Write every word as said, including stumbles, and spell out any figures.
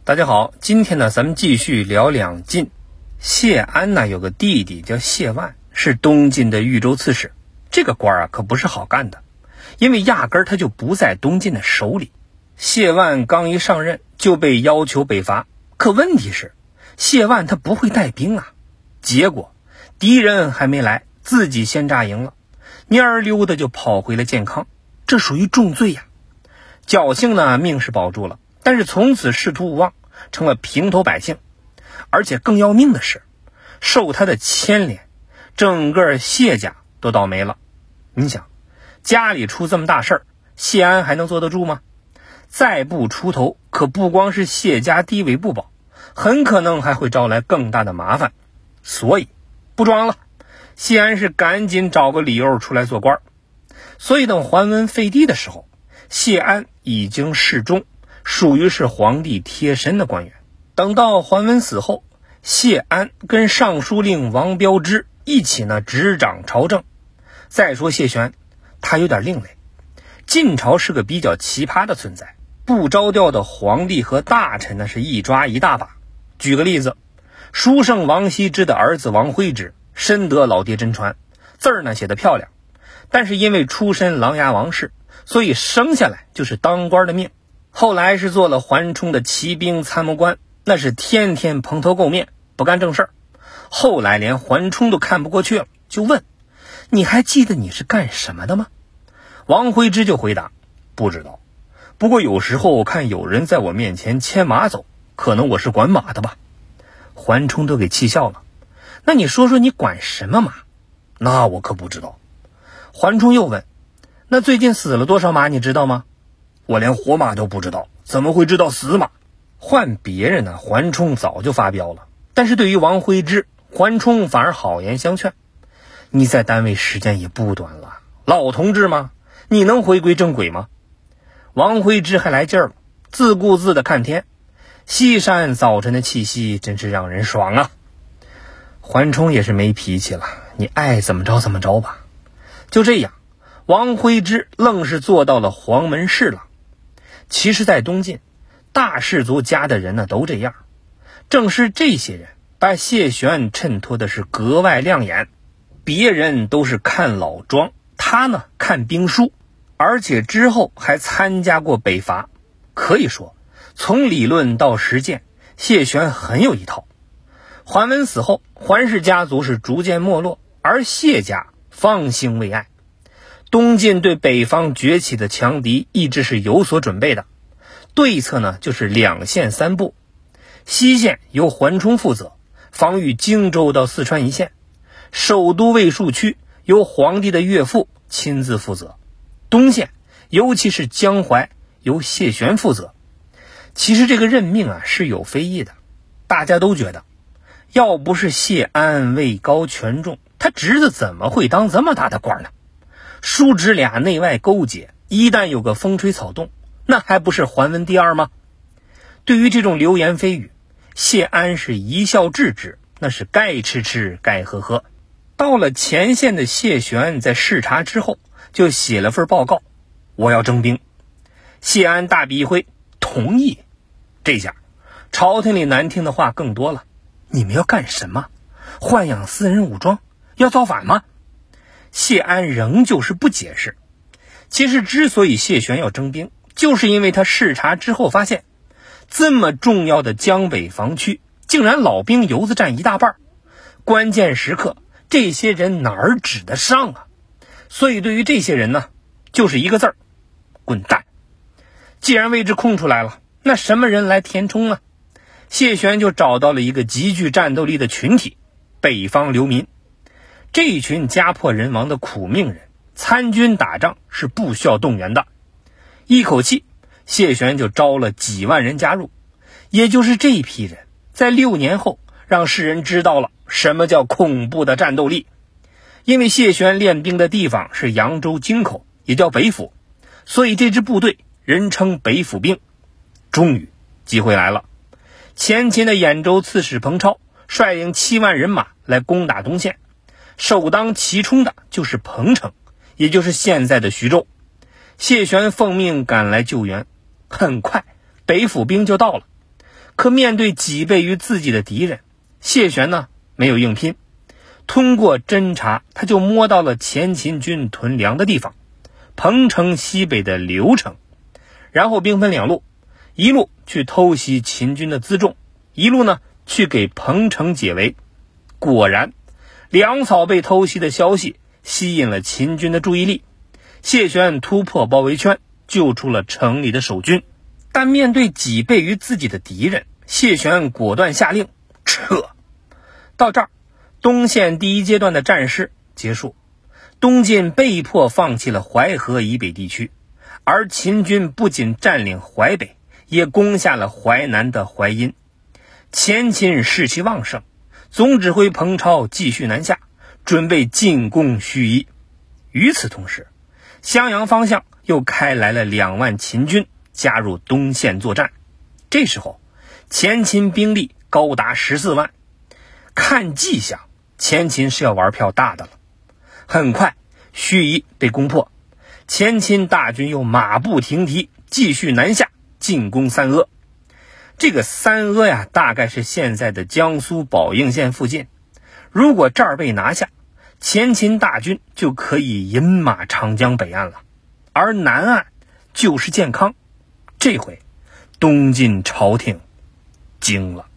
大家好，今天呢，咱们继续聊两晋。谢安呢有个弟弟叫谢万，是东晋的豫州刺史。这个官啊可不是好干的，因为压根儿他就不在东晋的手里。谢万刚一上任就被要求北伐，可问题是谢万他不会带兵啊。结果敌人还没来，自己先扎营了，蔫儿溜的就跑回了建康，这属于重罪呀。侥幸呢命是保住了，但是从此仕途无望，成了平头百姓。而且更要命的是，受他的牵连，整个谢家都倒霉了。你想，家里出这么大事儿，谢安还能坐得住吗？再不出头，可不光是谢家地位不保，很可能还会招来更大的麻烦。所以不装了，谢安是赶紧找个理由出来做官。所以等桓温废帝的时候，谢安已经侍中，属于是皇帝贴身的官员。等到桓温死后，谢安跟尚书令王彪之一起呢执掌朝政。再说谢玄，他有点另类。晋朝是个比较奇葩的存在，不着调的皇帝和大臣呢是一抓一大把。举个例子，书圣王羲之的儿子王徽之深得老爹真传，字儿呢写得漂亮，但是因为出身琅琊王氏，所以生下来就是当官的命。后来是做了桓冲的骑兵参谋官，那是天天蓬头垢面，不干正事儿。后来连桓冲都看不过去了，就问：你还记得你是干什么的吗？王徽之就回答：不知道，不过有时候看有人在我面前牵马走，可能我是管马的吧。桓冲都给气笑了。那你说说你管什么马？那我可不知道。桓冲又问：那最近死了多少马你知道吗？我连活马都不知道，怎么会知道死马？换别人呢，桓冲早就发飙了。但是对于王徽之，桓冲反而好言相劝：你在单位时间也不短了，老同志嘛，你能回归正轨吗？王徽之还来劲儿了，自顾自的看天。西山早晨的气息真是让人爽啊。桓冲也是没脾气了，你爱怎么着怎么着吧。就这样，王徽之愣是做到了黄门侍郎。其实在东晋，大氏族家的人呢都这样。正是这些人把谢玄衬托的是格外亮眼。别人都是看老庄，他呢看兵书，而且之后还参加过北伐。可以说从理论到实践，谢玄很有一套。桓温死后，桓氏家族是逐渐没落，而谢家方兴未艾。东晋对北方崛起的强敌一直是有所准备的，对策呢就是两线三部。西线由桓冲负责，防御荆州到四川一线；首都卫戍区由皇帝的岳父亲自负责。东线尤其是江淮由谢玄负责。其实这个任命啊是有非议的，大家都觉得要不是谢安位高权重，他侄子怎么会当这么大的官呢？叔侄俩内外勾结，一旦有个风吹草动，那还不是桓温第二吗？对于这种流言蜚语，谢安是一笑置之，那是该吃吃该喝喝。到了前线的谢玄在视察之后就写了份报告：我要征兵。谢安大笔一挥，同意。这下朝廷里难听的话更多了：你们要干什么？豢养私人武装？要造反吗？谢安仍旧是不解释。其实之所以谢玄要征兵，就是因为他视察之后发现，这么重要的江北防区竟然老兵游子占一大半，关键时刻这些人哪儿指得上啊？所以对于这些人呢，就是一个字儿：滚蛋。既然位置空出来了，那什么人来填充呢？谢玄就找到了一个极具战斗力的群体——北方流民。这一群家破人亡的苦命人，参军打仗是不需要动员的。一口气谢玄就招了几万人加入，也就是这一批人在六年后让世人知道了什么叫恐怖的战斗力。因为谢玄练兵的地方是扬州京口，也叫北府，所以这支部队人称北府兵。终于机会来了，前秦的兖州刺史彭超率领七万人马来攻打东线，首当其冲的就是彭城，也就是现在的徐州。谢玄奉命赶来救援，很快北府兵就到了。 可面对几倍于自己的敌人，谢玄呢没有硬拼，通过侦查，他就摸到了前秦军屯粮的地方，彭城西北的刘城，然后兵分两路，一路去偷袭秦军的辎重，一路呢去给彭城解围。果然，粮草被偷袭的消息吸引了秦军的注意力，谢玄突破包围圈，救出了城里的守军。但面对几倍于自己的敌人，谢玄果断下令撤。到这儿，东线第一阶段的战事结束，东晋被迫放弃了淮河以北地区，而秦军不仅占领淮北，也攻下了淮南的淮阴。前秦士气旺盛，总指挥彭超继续南下，准备进攻盱眙。与此同时，襄阳方向又开来了两万秦军加入东线作战。这时候前秦兵力高达十四万，看迹象前秦是要玩票大的了。很快盱眙被攻破，前秦大军又马不停蹄继续南下进攻三阿。这个三阿呀，大概是现在的江苏宝应县附近。如果这儿被拿下，前秦大军就可以饮马长江北岸了，而南岸就是建康。这回东晋朝廷惊了。